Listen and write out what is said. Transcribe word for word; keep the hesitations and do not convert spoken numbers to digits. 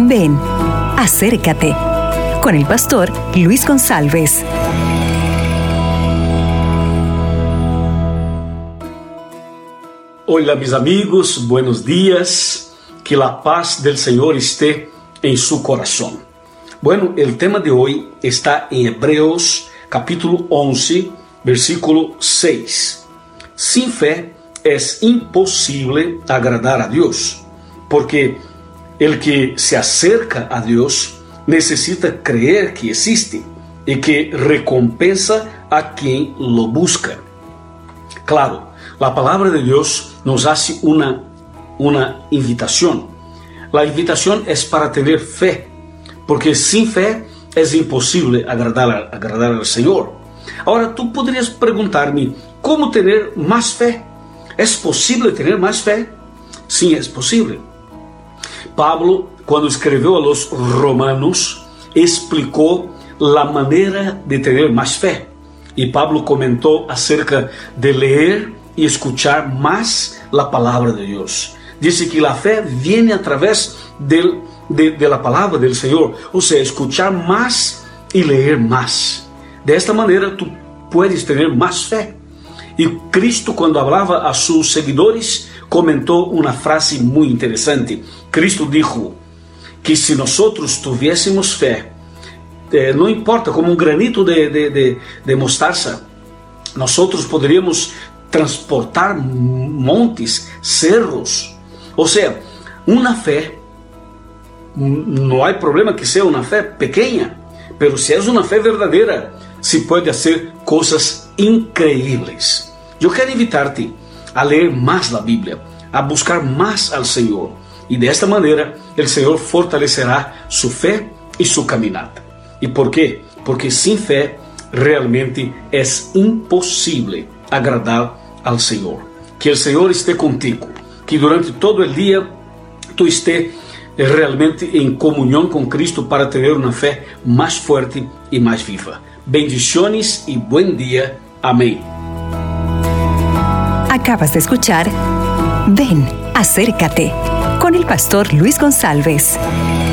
Ven, acércate con el pastor Luis González. Hola mis amigos, buenos días, que la paz del Señor esté en su corazón. Bueno, el tema de hoy está en Hebreos capítulo once, versículo seis. Sin fe es imposible agradar a Dios, porque el que se acerca a Dios necesita creer que existe y que recompensa a quien lo busca. Claro, la palabra de Dios nos hace una, una invitación. La invitación es para tener fe, porque sin fe es imposible agradar, agradar al Señor. Ahora tú podrías preguntarme, ¿cómo tener más fe? ¿Es posible tener más fe? Sí, es posible. Pablo, cuando escribió a los romanos, explicó la manera de tener más fe. Y Pablo comentó acerca de leer y escuchar más la palabra de Dios. Dice que la fe viene a través del, de, de la palabra del Señor. O sea, escuchar más y leer más. De esta manera tú puedes tener más fe. Y Cristo, cuando hablaba a sus seguidores, comentó una frase muy interesante. Cristo dijo que si nosotros tuviésemos fe, eh, no importa, como un granito de, de, de, de mostaza, nosotros podríamos transportar montes, cerros. O sea, una fe, no hay problema que sea una fe pequeña, pero si es una fe verdadera, se puede hacer cosas increíbles. Yo quiero invitarte a leer más la Biblia, a buscar más al Señor, y de esta manera el Señor fortalecerá su fe y su caminata. ¿Y por qué? Porque sin fe realmente es imposible agradar al Señor. Que el Señor esté contigo, que durante todo el día tú estés realmente en comunión con Cristo para tener una fe más fuerte y más viva. Bendiciones y buen día. Amén. Acabas de escuchar Ven, acércate con el pastor Luis González.